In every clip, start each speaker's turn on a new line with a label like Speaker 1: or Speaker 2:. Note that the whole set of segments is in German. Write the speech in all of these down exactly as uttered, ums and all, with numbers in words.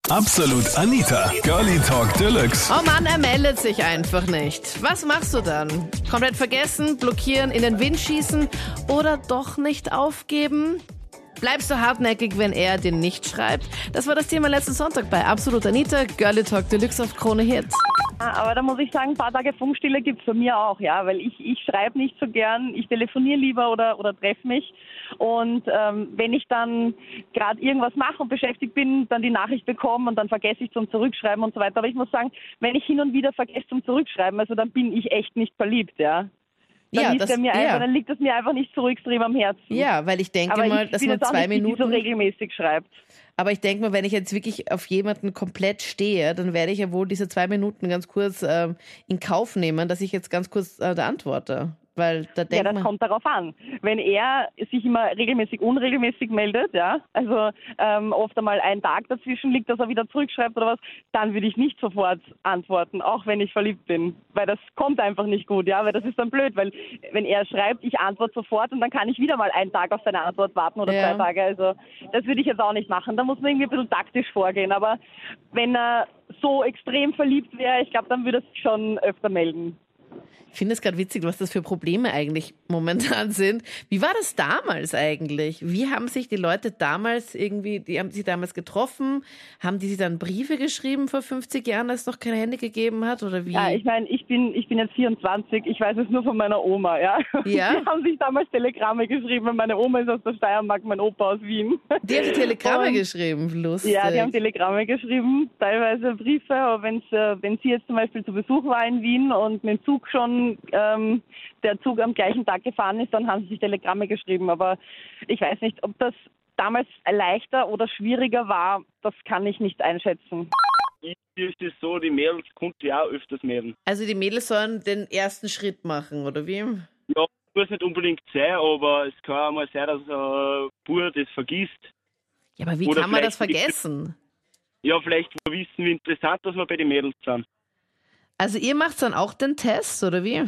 Speaker 1: Absolut Anita, Girlie Talk Deluxe.
Speaker 2: Oh Mann, er meldet sich einfach nicht. Was machst du dann? Komplett vergessen, blockieren, in den Wind schießen oder doch nicht aufgeben? Bleibst du hartnäckig, wenn er dir nicht schreibt? Das war das Thema letzten Sonntag bei Absolut Anita, Girlie Talk Deluxe auf Krone Hit.
Speaker 3: Aber da muss ich sagen, ein paar Tage Funkstille gibt's bei mir auch, ja, weil ich, ich schreibe nicht so gern, ich telefoniere lieber oder, oder treffe mich. Und ähm, wenn ich dann gerade irgendwas mache und beschäftigt bin, dann die Nachricht bekomme und dann vergesse ich zum Zurückschreiben und so weiter. Aber ich muss sagen, wenn ich hin und wieder vergesse zum Zurückschreiben, also dann bin ich echt nicht verliebt, ja. Dann,
Speaker 2: Ja,
Speaker 3: liegt
Speaker 2: das-
Speaker 3: er mir
Speaker 2: ja.
Speaker 3: einfach, dann liegt es mir einfach nicht so extrem am Herzen.
Speaker 2: Ja, weil ich denke
Speaker 3: Aber
Speaker 2: mal,
Speaker 3: ich
Speaker 2: dass
Speaker 3: bin
Speaker 2: man
Speaker 3: jetzt auch
Speaker 2: zwei
Speaker 3: nicht die, die
Speaker 2: Minuten...
Speaker 3: so regelmäßig schreibt.
Speaker 2: Aber ich denke mal, wenn ich jetzt wirklich auf jemanden komplett stehe, dann werde ich ja wohl diese zwei Minuten ganz kurz ähm, in Kauf nehmen, dass ich jetzt ganz kurz äh, da antworte. Weil da
Speaker 3: Ja,
Speaker 2: denkt
Speaker 3: das
Speaker 2: man...
Speaker 3: kommt darauf an. Wenn er sich immer regelmäßig, unregelmäßig meldet, ja, also ähm, oft einmal ein Tag dazwischen liegt, dass er wieder zurückschreibt oder was, dann würde ich nicht sofort antworten, auch wenn ich verliebt bin. Weil das kommt einfach nicht gut, ja, weil das ist dann blöd, weil wenn er schreibt, ich antworte sofort und dann kann ich wieder mal einen Tag auf seine Antwort warten oder
Speaker 2: Ja.
Speaker 3: zwei Tage. Also das würde ich jetzt auch nicht machen. Da muss man irgendwie ein bisschen taktisch vorgehen. Aber wenn er so extrem verliebt wäre, ich glaube, dann würde er sich schon öfter melden.
Speaker 2: Ich finde es gerade witzig, was das für Probleme eigentlich momentan sind. Wie war das damals eigentlich? Wie haben sich die Leute damals irgendwie, die haben sich damals getroffen? Haben die sich dann Briefe geschrieben vor fünfzig Jahren, als es noch kein Handy gegeben hat? Oder wie?
Speaker 3: Ja, ich meine, ich bin, ich bin jetzt vierundzwanzig, ich weiß es nur von meiner Oma, ja.
Speaker 2: Ja?
Speaker 3: Die haben sich damals Telegramme geschrieben, meine Oma ist aus der Steiermark, mein Opa aus Wien.
Speaker 2: Die haben die Telegramme
Speaker 3: Und-
Speaker 2: geschrieben, lustig.
Speaker 3: Ja, die haben Telegramme geschrieben, teilweise Briefe, aber wenn's, äh, wenn sie jetzt zum Beispiel zu Besuch war in Wien und mit dem Zug schon ähm, der Zug am gleichen Tag gefahren ist, dann haben sie sich Telegramme geschrieben. Aber ich weiß nicht, ob das damals leichter oder schwieriger war, das kann ich nicht einschätzen.
Speaker 4: Ist es so, die Mädels konnten ja auch öfters melden.
Speaker 2: Also die Mädels sollen den ersten Schritt machen, oder wie?
Speaker 4: Ja, muss nicht unbedingt sein, aber es kann auch mal sein, dass ein Bub das vergisst.
Speaker 2: Ja, aber wie
Speaker 4: Oder
Speaker 2: kann man das
Speaker 4: vielleicht-
Speaker 2: vergessen?
Speaker 4: Ja, vielleicht mal wissen, wie interessant, dass wir bei den Mädels sind.
Speaker 2: Also ihr macht dann auch den Test, oder wie?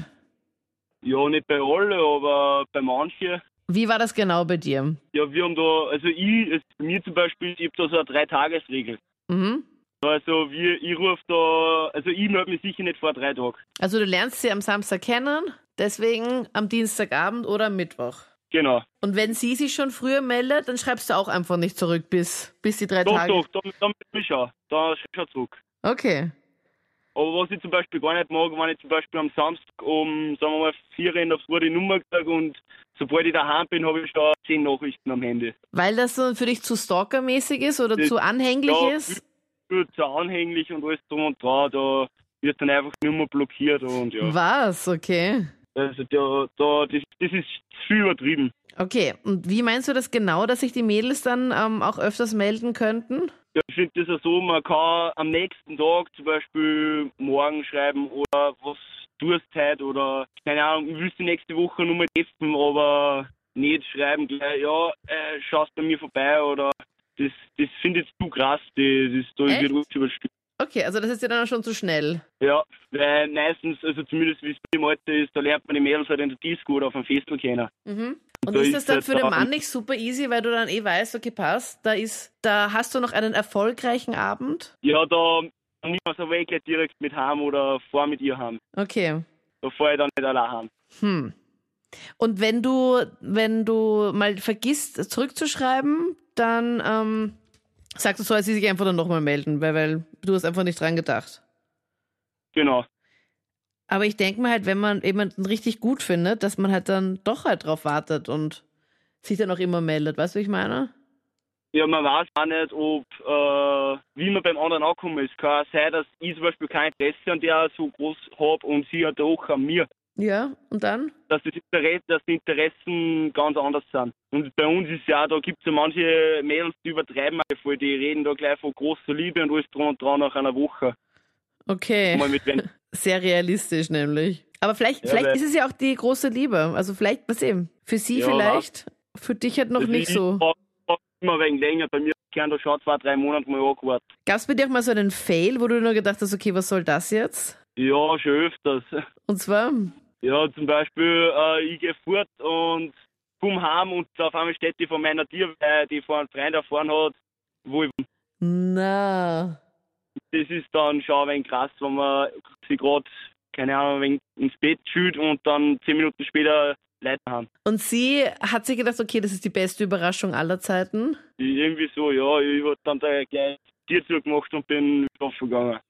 Speaker 4: Ja, nicht bei allen, aber bei manchen.
Speaker 2: Wie war das genau bei dir?
Speaker 4: Ja, wir haben da, also ich, also bei mir zum Beispiel, ich habe da so eine Drei-Tages-Regel.
Speaker 2: Mhm.
Speaker 4: Also wir, ich rufe da, also ich melde mich sicher nicht vor drei Tagen.
Speaker 2: Also du lernst sie am Samstag kennen, deswegen am Dienstagabend oder am Mittwoch.
Speaker 4: Genau.
Speaker 2: Und wenn sie sich schon früher meldet, dann schreibst du auch einfach nicht zurück, bis, bis die drei
Speaker 4: Doch,
Speaker 2: Tage...
Speaker 4: doch, da, da melde ich mich schon. Da schau ich schon zurück.
Speaker 2: Okay.
Speaker 4: Aber was ich zum Beispiel gar nicht mag, wenn ich zum Beispiel am Samstag um, sagen wir mal, vier in der Früh die Nummer kriege und sobald ich daheim bin, habe ich schon zehn Nachrichten am Handy.
Speaker 2: Weil das so für dich zu stalkermäßig ist oder
Speaker 4: Das-
Speaker 2: zu anhänglich
Speaker 4: ja,
Speaker 2: ist?
Speaker 4: Wird zu anhänglich und alles drum und dran, da wird dann einfach die Nummer blockiert und ja.
Speaker 2: Was? Okay.
Speaker 4: Also da, da, das, das ist viel übertrieben.
Speaker 2: Okay, und wie meinst du das genau, dass sich die Mädels dann ähm, auch öfters melden könnten?
Speaker 4: Ja, ich finde das ja so, man kann am nächsten Tag zum Beispiel morgen schreiben oder was tust du heute oder keine Ahnung, ich will die nächste Woche nur mal treffen, aber nicht schreiben gleich, ja, äh, schaust bei mir vorbei oder das, das finde ich jetzt zu krass, das, das, da
Speaker 2: Echt?
Speaker 4: wird alles überstimmt.
Speaker 2: Okay, also das ist dir dann auch schon zu schnell.
Speaker 4: Ja, weil meistens, also zumindest wie es im Alter ist, da lernt man die Mädels halt in der Disco oder auf dem Festival kennen.
Speaker 2: Mhm. Und
Speaker 4: Da
Speaker 2: ist
Speaker 4: ist
Speaker 2: das dann
Speaker 4: halt
Speaker 2: für den
Speaker 4: da-
Speaker 2: Mann nicht super easy, weil du dann eh weißt, okay, passt, da ist, da hast du noch einen erfolgreichen Abend?
Speaker 4: Ja, da nimm ich so weg gleich direkt mit heim oder fahr mit ihr heim.
Speaker 2: Okay.
Speaker 4: Da fahr ich dann nicht allein heim.
Speaker 2: Hm. Und wenn du, wenn du mal vergisst, zurückzuschreiben, dann ähm, sagst du, soll sie sich einfach dann nochmal melden, weil, weil du hast einfach nicht dran gedacht.
Speaker 4: Genau.
Speaker 2: Aber ich denke mir halt, wenn man jemanden richtig gut findet, dass man halt dann doch halt drauf wartet und sich dann auch immer meldet. Weißt du, wie ich meine?
Speaker 4: Ja, man weiß auch nicht, ob, äh, wie man beim anderen ankommen ist. Kann auch sein, dass ich zum Beispiel kein Interesse an der so groß habe und sie hat auch an mir.
Speaker 2: Ja, und dann?
Speaker 4: Dass, das Interesse, dass die Interessen ganz anders sind. Und bei uns ist ja auch, da gibt es ja manche Mädels, die übertreiben einfach voll, die reden da gleich von großer Liebe und alles drum und dran nach einer Woche.
Speaker 2: Okay.
Speaker 4: Mal mit wen.
Speaker 2: Sehr realistisch nämlich. Aber vielleicht,
Speaker 4: Ja,
Speaker 2: vielleicht
Speaker 4: weil-
Speaker 2: ist es ja auch die große Liebe. Also vielleicht, was eben, für sie
Speaker 4: Ja,
Speaker 2: vielleicht, für dich halt noch
Speaker 4: Also
Speaker 2: nicht
Speaker 4: ich
Speaker 2: so.
Speaker 4: brauch- brauch immer wegen länger. Bei mir kann da schon zwei, drei Monate mal angewartet.
Speaker 2: Gab es bei dir auch mal so einen Fail, wo du nur gedacht hast, okay, was soll das jetzt?
Speaker 4: Ja, schon öfters.
Speaker 2: Und zwar,
Speaker 4: Ja, zum Beispiel, äh, ich gehe fort und komm heim und auf einmal steht die von meiner Tür, weil die von einem Freund erfahren hat, wo ich bin.
Speaker 2: Na.
Speaker 4: Das ist dann schon ein wenig krass, wenn man sich gerade, keine Ahnung, ein wenig ins Bett schütt und dann zehn Minuten später Leute haben.
Speaker 2: Und sie hat sich gedacht, okay, das ist die beste Überraschung aller Zeiten?
Speaker 4: Irgendwie so, ja, ich hab dann da gleich Tür zugemacht und bin schlafen gegangen.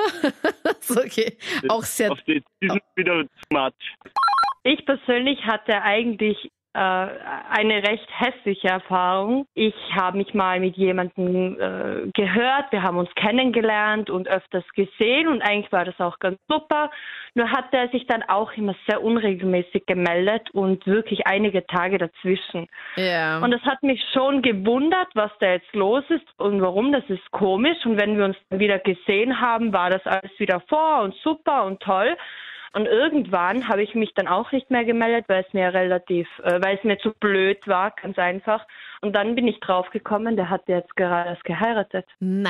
Speaker 2: Was? Okay, auch sehr...
Speaker 4: Auf die, das ist wieder zu much.
Speaker 5: Ich persönlich hatte eigentlich äh, eine recht hässliche Erfahrung. Ich habe mich mal mit jemandem äh, gehört, wir haben uns kennengelernt und öfters gesehen und eigentlich war das auch ganz super. Nur hat er sich dann auch immer sehr unregelmäßig gemeldet und wirklich einige Tage dazwischen.
Speaker 2: Ja.
Speaker 5: Und das hat mich schon gewundert, was da jetzt los ist und warum. Das ist komisch. Und wenn wir uns dann wieder gesehen haben, war das alles wieder vor und super und toll. Und irgendwann habe ich mich dann auch nicht mehr gemeldet, weil es mir relativ, äh, weil es mir zu blöd war, ganz einfach. Und dann bin ich draufgekommen, der hat jetzt gerade erst geheiratet.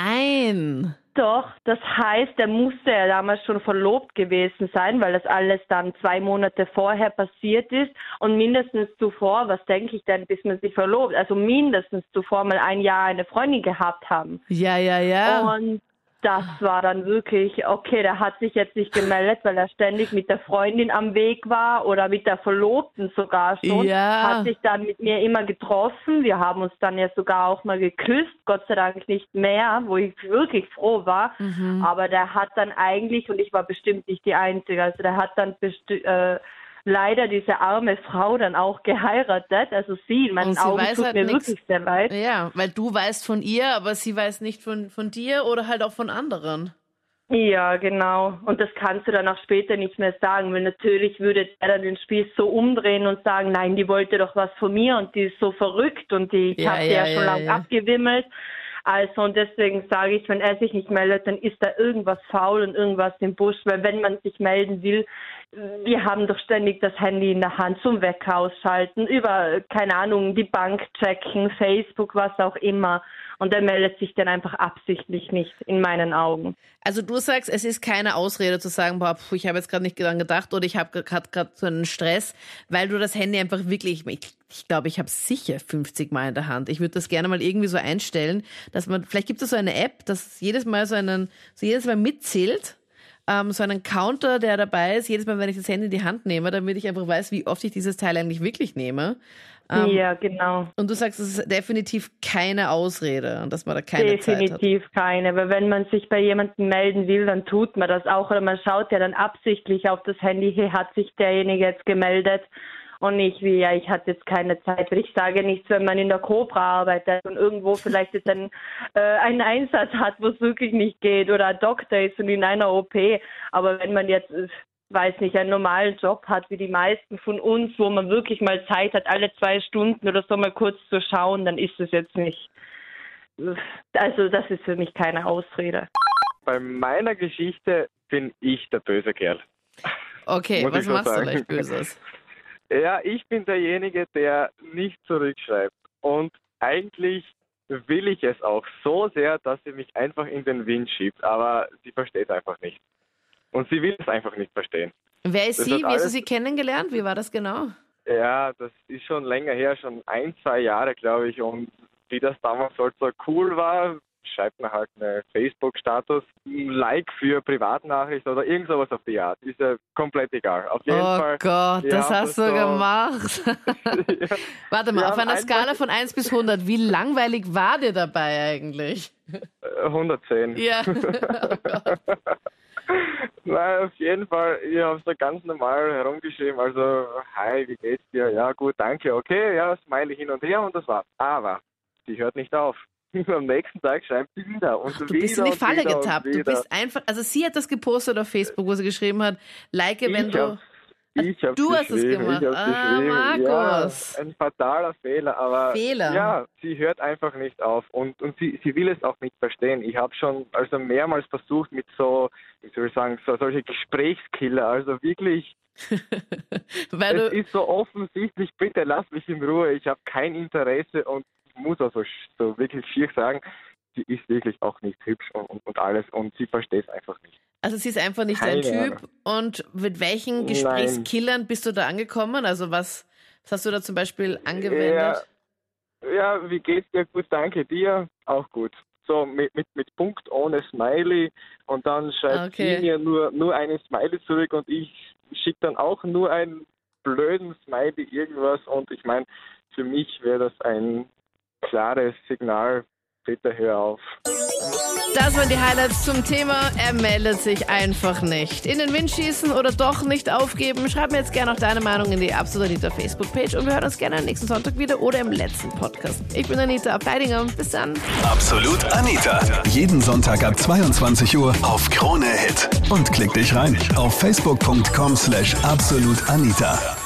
Speaker 2: Nein.
Speaker 5: Doch, das heißt, er musste ja damals schon verlobt gewesen sein, weil das alles dann zwei Monate vorher passiert ist und mindestens zuvor, was denke ich denn, bis man sich verlobt, also mindestens zuvor mal ein Jahr eine Freundin gehabt haben.
Speaker 2: Ja, ja, ja.
Speaker 5: Und das war dann wirklich, okay, der hat sich jetzt nicht gemeldet, weil er ständig mit der Freundin am Weg war oder mit der Verlobten sogar schon.
Speaker 2: Ja.
Speaker 5: Hat sich dann mit mir immer getroffen. Wir haben uns dann ja sogar auch mal geküsst, Gott sei Dank nicht mehr, wo ich wirklich froh war.
Speaker 2: Mhm.
Speaker 5: Aber der hat dann eigentlich, und ich war bestimmt nicht die Einzige, also der hat dann besti- äh, leider diese arme Frau dann auch geheiratet. Also sie, in meinen
Speaker 2: Und sie
Speaker 5: Augen
Speaker 2: weiß
Speaker 5: tut
Speaker 2: halt
Speaker 5: mir
Speaker 2: nix.
Speaker 5: wirklich sehr leid.
Speaker 2: Ja, weil du weißt von ihr, aber sie weiß nicht von, von dir oder halt auch von anderen.
Speaker 5: Ja, genau. Und das kannst du dann auch später nicht mehr sagen, weil natürlich würde er dann den Spieß so umdrehen und sagen, nein, die wollte doch was von mir und die ist so verrückt und die
Speaker 2: Ja,
Speaker 5: hat
Speaker 2: ja,
Speaker 5: ja, schon
Speaker 2: ja,
Speaker 5: lange
Speaker 2: ja.
Speaker 5: abgewimmelt. Also und deswegen sage ich, wenn er sich nicht meldet, dann ist da irgendwas faul und irgendwas im Busch, weil wenn man sich melden will, wir haben doch ständig das Handy in der Hand zum Wecker ausschalten, über, keine Ahnung, die Bank checken, Facebook, was auch immer. Und er meldet sich dann einfach absichtlich nicht, in meinen Augen.
Speaker 2: Also du sagst, es ist keine Ausrede zu sagen, boah, pf, ich habe jetzt gerade nicht dran gedacht oder ich habe gerade so einen Stress, weil du das Handy einfach wirklich, ich, ich glaube, ich habe es sicher fünfzig Mal in der Hand. Ich würde das gerne mal irgendwie so einstellen, dass man, vielleicht gibt es so eine App, dass jedes Mal so einen, so jedes Mal mitzählt, ähm, so einen Counter, der dabei ist, jedes Mal, wenn ich das Handy in die Hand nehme, damit ich einfach weiß, wie oft ich dieses Teil eigentlich wirklich nehme. Ähm,
Speaker 5: ja, genau.
Speaker 2: Und du sagst, es ist definitiv keine Ausrede und dass man da keine Zeit hat.
Speaker 5: Definitiv keine, weil wenn man sich bei jemandem melden will, dann tut man das auch. Oder man schaut ja dann absichtlich auf das Handy, hier hat sich derjenige jetzt gemeldet und nicht wie, ja, ich hatte jetzt keine Zeit. Weil ich sage nichts, wenn man in der Cobra arbeitet und irgendwo vielleicht jetzt einen, äh, einen Einsatz hat, wo es wirklich nicht geht oder ein Doktor ist und in einer O P. Aber wenn man jetzt... Äh, weiß nicht, einen normalen Job hat, wie die meisten von uns, wo man wirklich mal Zeit hat, alle zwei Stunden oder so mal kurz zu schauen, dann ist es jetzt nicht. Also das ist für mich keine Ausrede.
Speaker 6: Bei meiner Geschichte bin ich der böse Kerl.
Speaker 2: Okay,
Speaker 6: Muss
Speaker 2: was
Speaker 6: ich schon
Speaker 2: machst
Speaker 6: sagen.
Speaker 2: du leicht Böses?
Speaker 6: Ja, ich bin derjenige, der nicht zurückschreibt. Und eigentlich will ich es auch so sehr, dass sie mich einfach in den Wind schiebt. Aber sie versteht es einfach nicht. Und sie will es einfach nicht verstehen.
Speaker 2: Wer ist
Speaker 6: Das
Speaker 2: sie?
Speaker 6: hat
Speaker 2: Wie hast du
Speaker 6: alles-
Speaker 2: sie kennengelernt? Wie war das genau?
Speaker 6: Ja, das ist schon länger her, schon ein, zwei Jahre, glaube ich. Und wie das damals halt so cool war, schreibt man halt eine Facebook-Status, ein Like für Privatnachricht oder irgend sowas auf die Art. Ist ja komplett egal. Auf jeden
Speaker 2: Oh
Speaker 6: Fall.
Speaker 2: Gott,
Speaker 6: wir
Speaker 2: das
Speaker 6: haben
Speaker 2: hast du
Speaker 6: so-
Speaker 2: gemacht.
Speaker 6: Ja.
Speaker 2: Warte
Speaker 6: Wir
Speaker 2: mal, auf
Speaker 6: haben
Speaker 2: einer
Speaker 6: einfach-
Speaker 2: Skala von eins bis hundert, wie langweilig war dir dabei eigentlich?
Speaker 6: Äh, hundertzehn.
Speaker 2: Ja. Oh Gott.
Speaker 6: Nein, auf jeden Fall, ich habe so ganz normal herumgeschrieben, also, hi, wie geht's dir? Ja, gut, danke, okay, ja, Smiley hin und her und das war's. Aber sie hört nicht auf. Am nächsten Tag schreibt sie wieder und
Speaker 2: Du
Speaker 6: wieder
Speaker 2: bist in die
Speaker 6: und
Speaker 2: Falle
Speaker 6: wieder
Speaker 2: getappt.
Speaker 6: Und
Speaker 2: Du
Speaker 6: wieder.
Speaker 2: bist einfach, also sie hat das gepostet auf Facebook, wo sie geschrieben hat, like, wenn
Speaker 6: ich
Speaker 2: du...
Speaker 6: hab's, ich hab's
Speaker 2: Du hast es
Speaker 6: geschrieben,
Speaker 2: gemacht.
Speaker 6: Ich hab's
Speaker 2: Ah,
Speaker 6: geschrieben.
Speaker 2: Markus.
Speaker 6: Ja, ein fataler Fehler, aber
Speaker 2: Fehler.
Speaker 6: ja, sie hört einfach nicht auf und, und sie, sie will es auch nicht verstehen. Ich habe schon also mehrmals versucht mit so, wie soll ich sagen, so solche Gesprächskiller, also wirklich,
Speaker 2: Weil
Speaker 6: es
Speaker 2: du,
Speaker 6: ist so offensichtlich, bitte lass mich in Ruhe, ich habe kein Interesse und ich muss also so wirklich schier sagen, sie ist wirklich auch nicht hübsch und, und, und alles und sie versteht es einfach nicht.
Speaker 2: also sie ist einfach nicht
Speaker 6: Keine
Speaker 2: dein Typ. Und mit welchen
Speaker 6: Nein.
Speaker 2: Gesprächskillern bist du da angekommen? Also was, was hast du da zum Beispiel angewendet?
Speaker 6: Ja, ja, wie geht's dir? Gut, danke dir. Auch gut. so mit, mit, mit Punkt ohne Smiley und dann schreibt
Speaker 2: Okay.
Speaker 6: sie mir nur, nur einen Smiley zurück und ich schicke dann auch nur einen blöden Smiley irgendwas und ich meine, für mich wäre das ein klares Signal, bitte hör auf.
Speaker 2: Das waren die Highlights zum Thema, er meldet sich einfach nicht. In den Wind schießen oder doch nicht aufgeben? Schreib mir jetzt gerne auch deine Meinung in die Absolut Anita Facebook-Page und wir hören uns gerne am nächsten Sonntag wieder oder im letzten Podcast. Ich bin Anita Abteidinger, bis dann.
Speaker 1: Absolut Anita. Jeden Sonntag ab zweiundzwanzig Uhr auf Krone Hit. Und klick dich rein auf facebook punkt com slash absolutanita.